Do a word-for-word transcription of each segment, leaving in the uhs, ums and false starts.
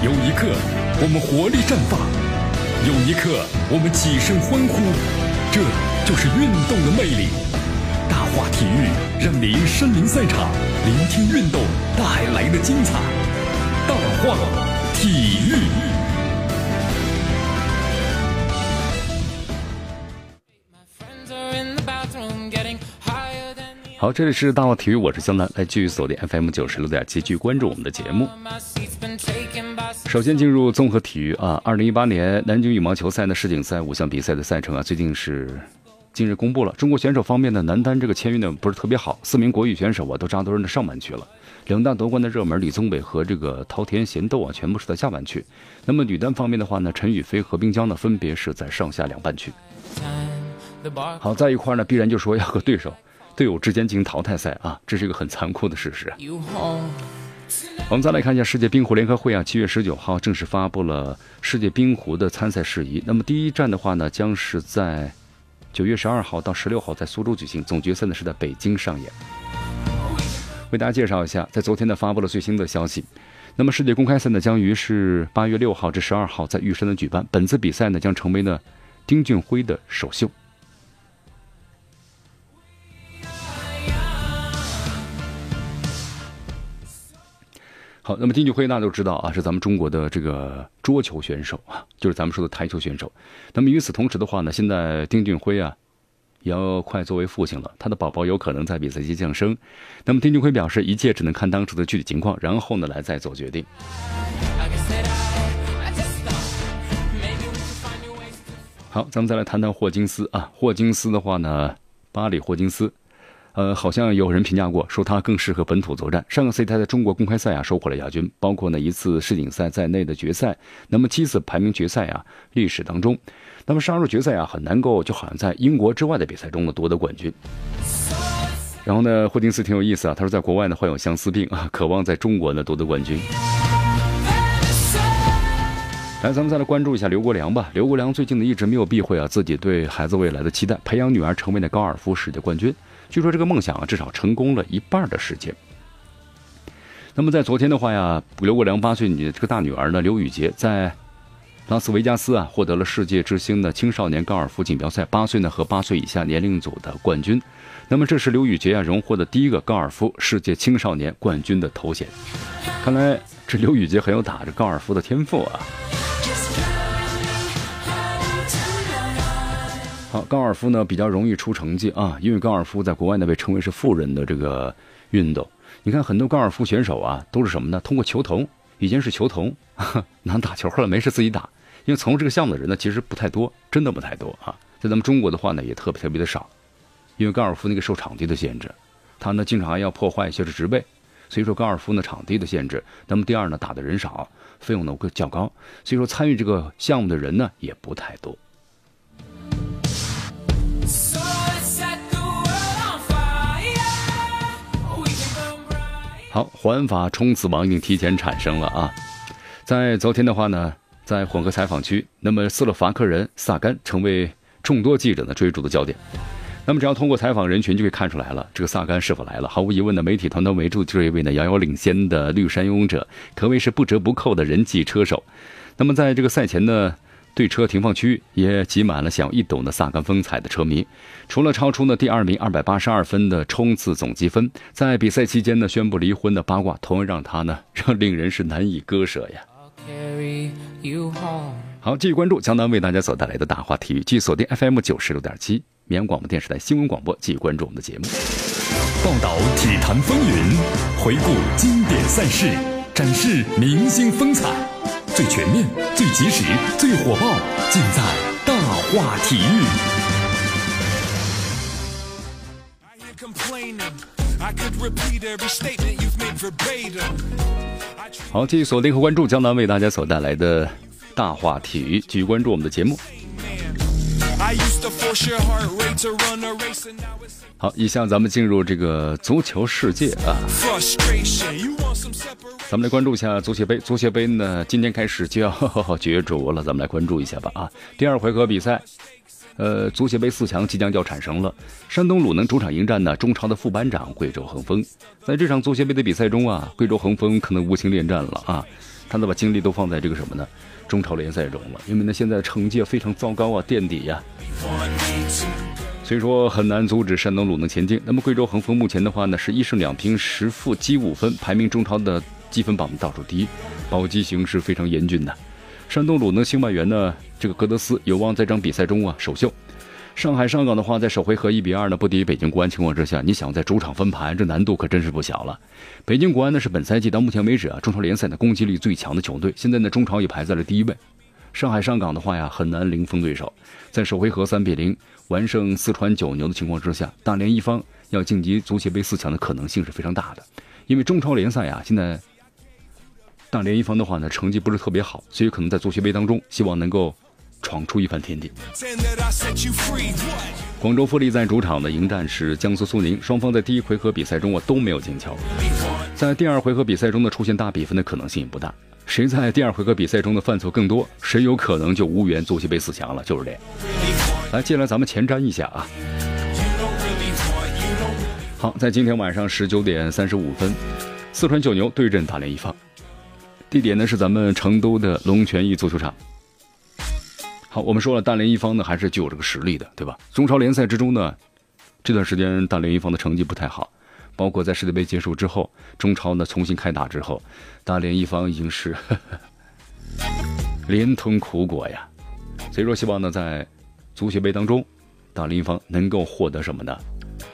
有一刻我们活力绽放，有一刻我们起身欢呼，这就是运动的魅力。大话体育让您身临赛场，聆听运动带来的精彩。大话体育。好，这里是大话体育，我是江南，来继续锁定 F M 九十六点七，继续关注我们的节目。首先进入综合体育啊，二零一八年南京羽毛球赛的世锦赛五项比赛的赛程啊，最近是近日公布了。中国选手方面的男单这个签运呢不是特别好，四名国羽选手啊都扎堆人的上半区了。两大夺冠的热门李宗伟和这个滔田贤斗啊，全部是在下半区。那么女单方面的话呢，陈雨菲、何冰娇呢，分别是在上下两半区。好，在一块呢，必然就说要和对手。队友之间进行淘汰赛啊，这是一个很残酷的事实。我们再来看一下世界冰壶联合会啊，七月十九号正式发布了世界冰壶的参赛事宜。那么第一站的话呢，将是在九月十二号到十六号在苏州举行，总决赛呢是在北京上演。为大家介绍一下，在昨天呢发布了最新的消息。那么世界公开赛呢将于是八月六号至十二号在玉山的举办，本次比赛呢将成为呢丁俊晖的首秀。好，那么丁俊晖大家都知道啊，是咱们中国的这个桌球选手啊，就是咱们说的台球选手。那么与此同时的话呢，现在丁俊晖啊也要快作为父亲了，他的宝宝有可能在比赛期降生。那么丁俊晖表示，一切只能看当时的具体情况，然后呢来再做决定。好，咱们再来谈谈霍金斯啊，霍金斯的话呢，巴里霍金斯。呃，好像有人评价过，说他更适合本土作战。上个赛季他在中国公开赛啊收获了亚军，包括呢一次世锦赛在内的决赛，那么七次排名决赛啊历史当中，那么杀入决赛啊很难够就好像在英国之外的比赛中呢夺得冠军。然后呢，霍金斯挺有意思啊，他说在国外呢患有相思病啊，渴望在中国呢夺得冠军。来，咱们再来关注一下刘国梁吧。刘国梁最近呢一直没有避讳啊自己对孩子未来的期待，培养女儿成为了高尔夫世界冠军。据说这个梦想啊，至少成功了一半的时间。那么在昨天的话呀，刘国梁八岁女这个大女儿呢，刘雨洁在拉斯维加斯啊获得了世界之星的青少年高尔夫锦标赛八岁呢和八岁以下年龄组的冠军。那么这是刘雨洁啊荣获的第一个高尔夫世界青少年冠军的头衔。看来这刘雨洁很有打着高尔夫的天赋啊。好，高尔夫呢比较容易出成绩啊，因为高尔夫在国外呢被称为是富人的这个运动。你看很多高尔夫选手啊都是什么呢？通过球童，以前是球童，拿打球，后来没事自己打。因为从事这个项目的人呢其实不太多，真的不太多啊。在咱们中国的话呢也特别特别的少，因为高尔夫那个受场地的限制，他呢经常还要破坏一些植被，所以说高尔夫呢场地的限制。那么第二呢打的人少，费用呢会较高，所以说参与这个项目的人呢也不太多。好，环法冲刺王已经提前产生了啊！在昨天的话呢，在混合采访区，那么斯洛伐克人萨甘成为众多记者呢追逐的焦点。那么只要通过采访人群就可以看出来了，这个萨甘是否来了。毫无疑问的，媒体团团围住这一位呢遥遥领先的绿衫拥者，可谓是不折不扣的人气车手。那么在这个赛前呢，对车停放区也挤满了想要一睹的萨甘风采的车迷。除了超出呢第二名二百八十二分的冲刺总积分，在比赛期间呢宣布离婚的八卦，同样让他呢让令人是难以割舍呀。好，继续关注江南为大家所带来的大话体育，继续锁定 F M 九十六点七绵阳广播电视台新闻广播，继续关注我们的节目，报道体坛风云，回顾经典赛事，展示明星风采，最全面、最及时、最火爆，尽在大话体育。好，继续锁定和关注江南为大家所带来的大话体育，继续关注我们的节目。好，以下咱们进入这个足球世界啊，咱们来关注一下足协杯。足协杯呢，今天开始就要呵呵角逐了，咱们来关注一下吧啊。第二回合比赛，呃，足协杯四强即将就要产生了。山东鲁能主场迎战呢中超的副班长贵州恒丰。在这场足协杯的比赛中啊，贵州恒丰可能无心恋战了啊。 他都把精力都放在这个什么呢？中超联赛中了，因为呢现在成绩非常糟糕啊，垫底呀、啊，所以说很难阻止山东鲁能前进。那么贵州恒丰目前的话呢是一胜两平十负积五分，排名中超的积分榜的倒数第一，保级形势非常严峻的。山东鲁能新外援呢，这个格德斯有望在这场比赛中啊首秀。上海上港的话，在首回合一比二呢不敌北京国安情况之下，你想在主场分盘，这难度可真是不小了。北京国安呢是本赛季到目前为止啊中超联赛的攻击力最强的球队，现在呢中超也排在了第一位。上海上港的话呀，很难零封对手。在首回合三比零完胜四川九牛的情况之下，大连一方要晋级足协杯四强的可能性是非常大的。因为中超联赛啊，现在大连一方的话呢成绩不是特别好，所以可能在足协杯当中希望能够闯出一番天地。广州富力在主场的迎战是江苏苏宁，双方在第一回合比赛中啊都没有进球，在第二回合比赛中呢出现大比分的可能性也不大。谁在第二回合比赛中的犯错更多，谁有可能就无缘足协杯四强了，就是这样。来，接下来咱们前瞻一下啊。好，在今天晚上十九点三十五分，四川九牛对阵大连一方，地点呢是咱们成都的龙泉驿足球场。好，我们说了，大连一方呢还是具有这个实力的，对吧？中超联赛之中呢，这段时间大连一方的成绩不太好，包括在世界杯结束之后，中超呢重新开打之后，大连一方已经是呵呵连吞苦果呀。所以说，希望呢在足协杯当中，大连一方能够获得什么呢？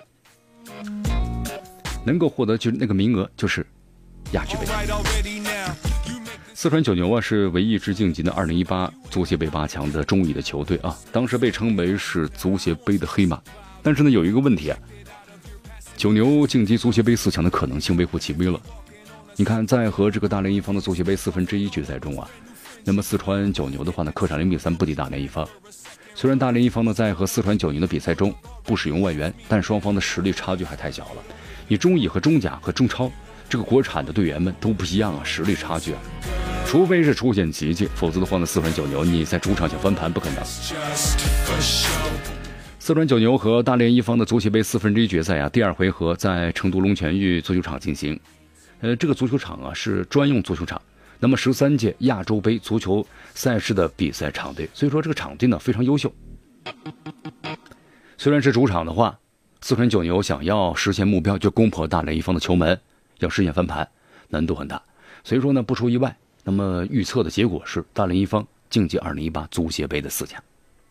能够获得就是那个名额，就是亚俱杯。四川九牛啊是唯一支晋级的二零一八足协杯八强的中乙的球队啊，当时被称为是足协杯的黑马。但是呢有一个问题啊，九牛晋级足协杯四强的可能性微乎其微了。你看在和这个大连一方的足协杯四分之一决赛中啊，那么四川九牛的话呢客场零比三不敌大连一方。虽然大连一方呢在和四川九牛的比赛中不使用外援，但双方的实力差距还太小了。你中乙和中甲和中超这个国产的队员们都不一样啊，实力差距啊。除非是出现奇迹，否则的话呢，四川九牛你在主场想翻盘不可能。四川九牛和大连一方的足协杯四分之一决赛啊，第二回合在成都龙泉驿足球场进行。呃，这个足球场啊是专用足球场，那么十三届亚洲杯足球赛事的比赛场地，所以说这个场地呢非常优秀。虽然是主场的话，四川九牛想要实现目标，就攻破大连一方的球门，要实现翻盘，难度很大。所以说呢，不出意外。那么预测的结果是大连一方晋级二零一八足协杯的四强。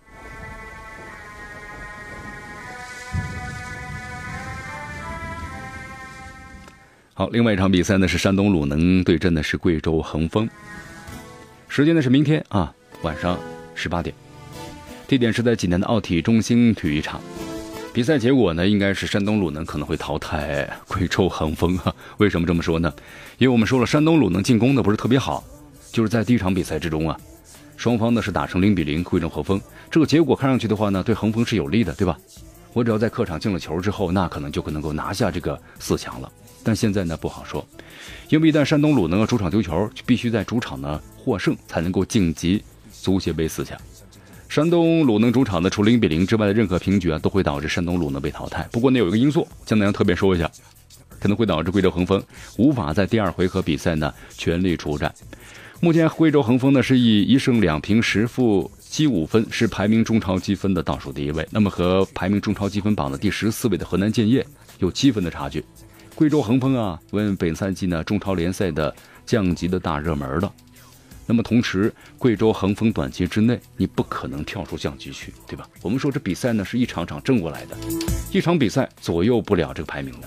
好，另外一场比赛呢是山东鲁能对阵的是贵州恒丰，时间呢是明天啊晚上十八点，地点是在济南的奥体中心体育场。比赛结果呢，应该是山东鲁能可能会淘汰贵州恒丰啊。为什么这么说呢？因为我们说了，山东鲁能进攻的不是特别好，就是在第一场比赛之中啊，双方呢是打成零比零，贵州恒丰。这个结果看上去的话呢，对恒丰是有利的，对吧？我只要在客场进了球之后，那可能就能够拿下这个四强了。但现在呢不好说，因为一旦山东鲁能要主场丢球，就必须在主场呢获胜才能够晋级足协杯四强。山东鲁能主场的除零比零之外的任何平局啊，都会导致山东鲁能被淘汰。不过呢，有一个因素，江南要特别说一下，可能会导致贵州恒丰无法在第二回合比赛呢全力出战。目前贵州恒丰呢是以一胜两平十负积五分，是排名中超积分的倒数第一位。那么和排名中超积分榜的第十四位的河南建业有七分的差距。贵州恒丰啊，为本赛季呢中超联赛的降级的大热门了。那么同时，贵州恒丰短期之内你不可能跳出降级区，对吧？我们说这比赛呢是一场场挣过来的，一场比赛左右不了这个排名的。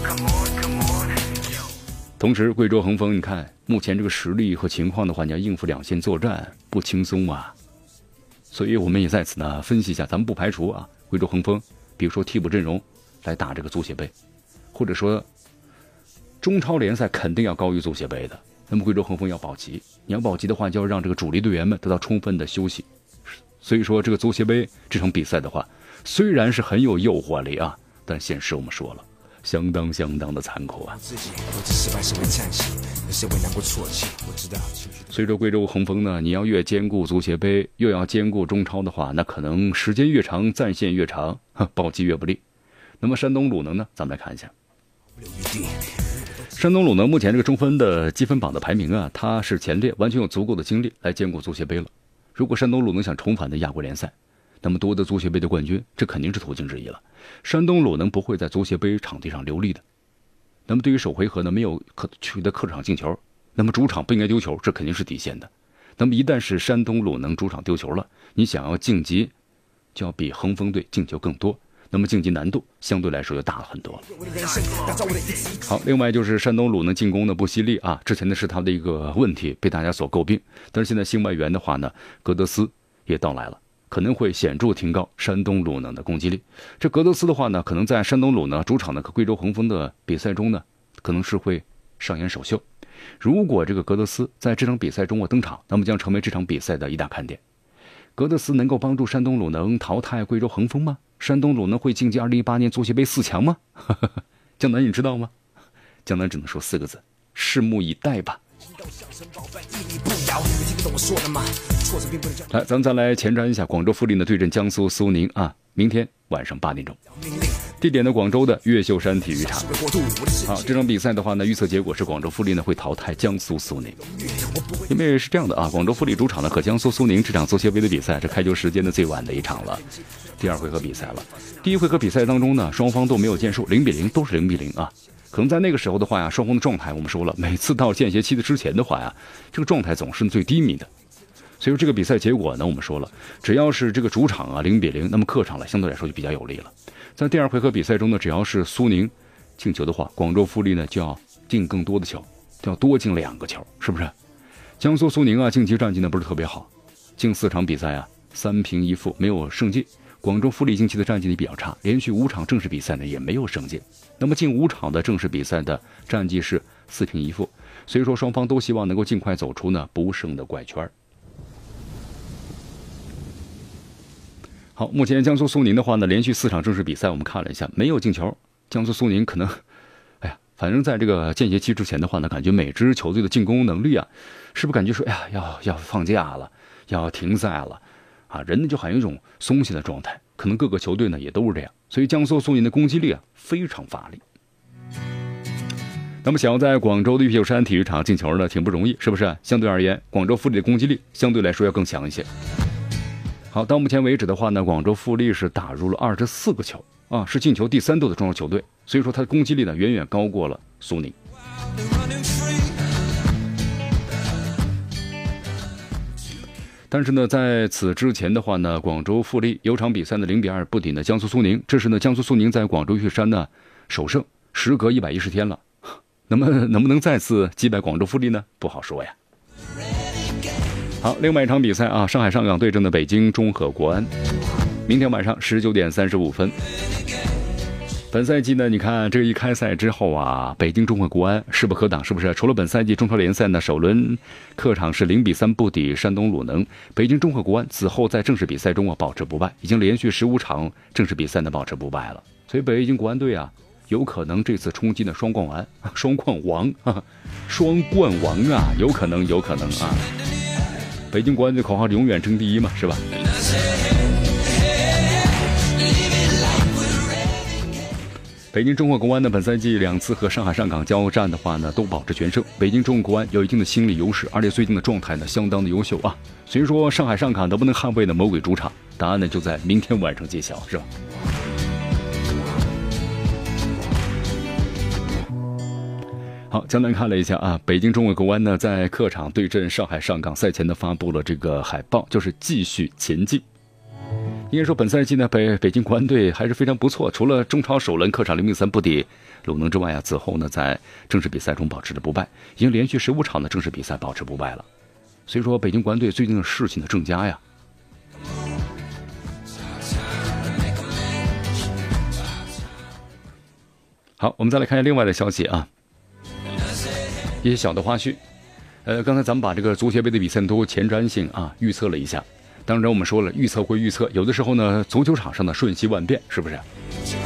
同时，贵州恒丰你看目前这个实力和情况的话，你要应付两线作战不轻松啊。所以我们也在此呢分析一下，咱们不排除啊贵州恒丰，比如说替补阵容来打这个足协杯，或者说中超联赛肯定要高于足协杯的。那么贵州恒丰要保级，你要保级的话，就要让这个主力队员们得到充分的休息。所以说，这个足协杯这场比赛的话，虽然是很有诱惑力啊，但现实我们说了，相当相当的残酷啊。所以说，贵州恒丰呢，你要越兼顾足协杯，又要兼顾中超的话，那可能时间越长，战线越长，保级越不利。那么山东鲁能呢，咱们来看一下。 山东鲁能目前这个中分的积分榜的排名啊，它是前列，完全有足够的精力来兼顾足协杯了。如果山东鲁能想重返的亚冠联赛，那么夺得足协杯的冠军，这肯定是途径之一了。山东鲁能不会在足协杯场地上流利的。那么对于首回合呢，没有可取得客场进球，那么主场不应该丢球，这肯定是底线的。那么一旦是山东鲁能主场丢球了，你想要晋级，就要比恒丰队进球更多。那么晋级难度相对来说就大了很多了。好，另外就是山东鲁能进攻的不犀利啊，之前的是他的一个问题被大家所诟病，但是现在新外援的话呢，格德斯也到来了，可能会显著提高山东鲁能的攻击力。这格德斯的话呢，可能在山东鲁能主场的和贵州恒丰的比赛中呢，可能是会上演首秀。如果这个格德斯在这场比赛中我登场，那么将成为这场比赛的一大看点。格德斯能够帮助山东鲁能淘汰贵州恒丰吗？山东鲁能会晋级二零一八年足协杯四强吗？江南你知道吗？江南只能说四个字：拭目以待吧。来，咱们再来前瞻一下广州富力呢对阵江苏苏宁啊，明天晚上八点钟。地点的广州的越秀山体育场。好，这场比赛的话呢，预测结果是广州富力呢会淘汰江苏苏宁。因为是这样的啊，广州富力主场呢和江苏苏宁这场足协杯的比赛是开球时间的最晚的一场了，第二回合比赛了。第一回合比赛当中呢，双方都没有建树，零比零，都是零比零啊。可能在那个时候的话呀，双方的状态我们说了，每次到间歇期的之前的话呀，这个状态总是最低迷的。所以说这个比赛结果呢，我们说了，只要是这个主场啊零比零，那么客场呢相对来说就比较有利了。在第二回合比赛中呢，只要是苏宁进球的话，广州富力呢就要进更多的球，就要多进两个球，是不是？江苏苏宁啊，晋级战绩呢不是特别好，近四场比赛啊三平一负，没有胜绩。广州富力近期的战绩呢比较差，连续五场正式比赛呢也没有胜绩。那么近五场的正式比赛的战绩是四平一负，所以说双方都希望能够尽快走出呢不胜的怪圈。好，目前江苏苏宁的话呢，连续四场正式比赛我们看了一下，没有进球。江苏苏宁可能，哎呀，反正在这个间歇期之前的话呢，感觉每支球队的进攻能力啊，是不是感觉说，哎呀，要要放假了，要停赛了，啊，人呢就好像有一种松懈的状态。可能各个球队呢也都是这样，所以江苏苏宁的攻击力啊非常乏力。那么想要在广州的越秀山体育场进球呢，挺不容易，是不是？相对而言，广州富力的攻击力相对来说要更强一些。好，到目前为止的话呢，广州富力是打入了二十四个球啊，是进球第三多的中超球队，所以说它的攻击力呢远远高过了苏宁。但是呢，在此之前的话呢，广州富力有场比赛呢零比二不敌呢江苏苏宁，这是呢江苏苏宁在广州越秀山呢首胜，时隔一百一十天了，那么能不能再次击败广州富力呢？不好说呀。好，另外一场比赛啊，上海上港对阵的北京中赫国安，明天晚上十九点三十五分。本赛季呢，你看这个一开赛之后啊，北京中赫国安势不可挡，是不是？除了本赛季中超联赛呢，首轮客场是零比三不敌山东鲁能，北京中赫国安此后在正式比赛中啊保持不败，已经连续十五场正式比赛呢保持不败了。所以北京国安队啊，有可能这次冲击呢双冠王，双冠王，双冠王啊，有可能，有可能啊。北京国安的口号永远争第一嘛，是吧？北京中赫国安呢，本赛季两次和上海上港交战的话呢，都保持全胜。北京中赫国安有一定的心理优势，而且最近的状态呢，相当的优秀啊。所以说，上海上港能不能捍卫呢魔鬼主场？答案呢，就在明天晚上揭晓，是吧？好，江南看了一下啊，北京中赫国安呢在客场对阵上海上港，赛前呢发布了这个海报，就是继续前进。应该说本赛季呢，北北京国安队还是非常不错，除了中超首轮客场零比三不敌鲁能之外啊，此后呢在正式比赛中保持着不败，已经连续十五场的正式比赛保持不败了。所以说北京国安队最近的士气呢正佳呀。好，我们再来看一下另外的消息啊。一些小的花絮，呃，刚才咱们把这个足协杯的比赛都前瞻性啊预测了一下。当然我们说了，预测归预测，有的时候呢，足球场上的瞬息万变，是不是？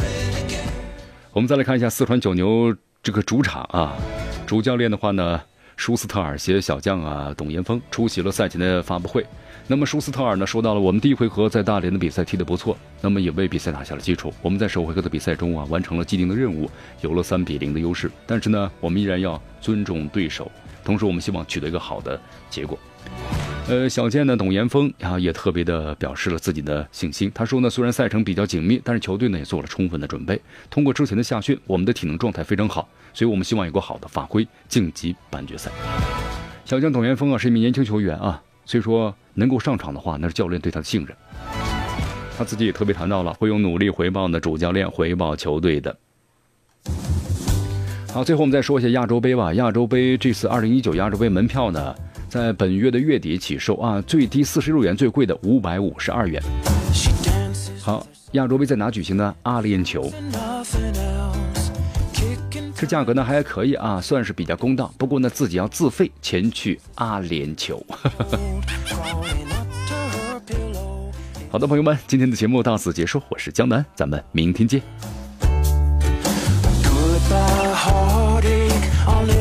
我们再来看一下四川九牛这个主场啊，主教练的话呢舒斯特尔携小将啊董岩峰出席了赛前的发布会。那么舒斯特尔呢说到了，我们第一回合在大连的比赛踢得不错，那么也为比赛打下了基础。我们在首回合的比赛中啊完成了既定的任务，有了三比零的优势，但是呢我们依然要尊重对手，同时我们希望取得一个好的结果。呃，小健呢，董岩峰啊，也特别的表示了自己的信心。他说呢，虽然赛程比较紧密，但是球队呢也做了充分的准备。通过之前的夏训，我们的体能状态非常好，所以我们希望有个好的发挥，晋级半决赛。小将董岩峰啊，是一名年轻球员啊，所以说能够上场的话，那是教练对他的信任。他自己也特别谈到了，会用努力回报呢主教练，回报球队的。好，最后我们再说一下亚洲杯吧。亚洲杯这次二零一九亚洲杯门票呢，在本月的月底起售啊，最低四十六元，最贵的五百五十二元。好，亚洲杯在哪举行呢？阿联酋。这价格呢还可以啊，算是比较公道。不过呢，自己要自费前去阿联酋。好的，朋友们，今天的节目到此结束，我是江南，咱们明天见。Heartache, I'll